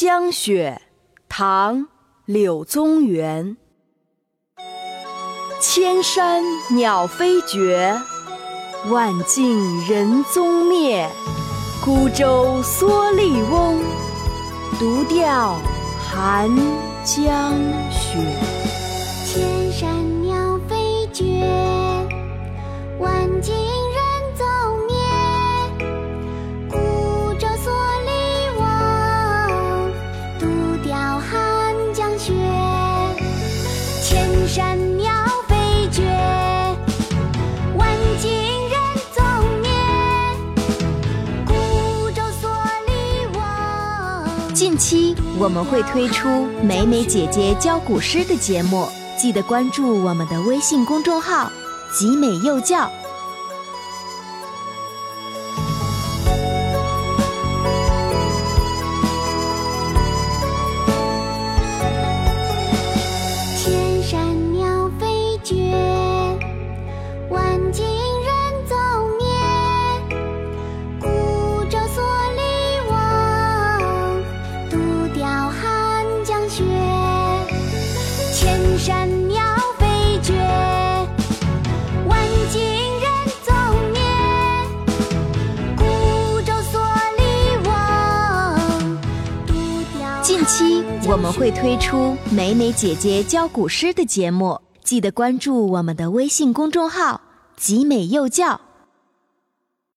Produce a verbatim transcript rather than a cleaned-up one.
江雪》唐·柳宗元。千山鸟飞绝，万径人踪灭。孤舟蓑笠翁，独钓寒江雪。 千山鸟飞绝，万径人踪灭。孤舟蓑笠翁，独钓寒江雪。千山鸟飞绝，万径人踪灭。孤舟蓑笠翁。 近期我们会推出美美姐姐教古诗的节目，记得关注我们的微信公众号集美幼教。 千山鸟飞绝，万径人踪灭。孤舟蓑笠翁，独钓寒江雪。千山鸟飞绝，万径人踪灭。孤舟蓑笠翁，独钓。 近期我们会推出美美姐姐教古诗的节目，记得关注我们的微信公众号集美幼教。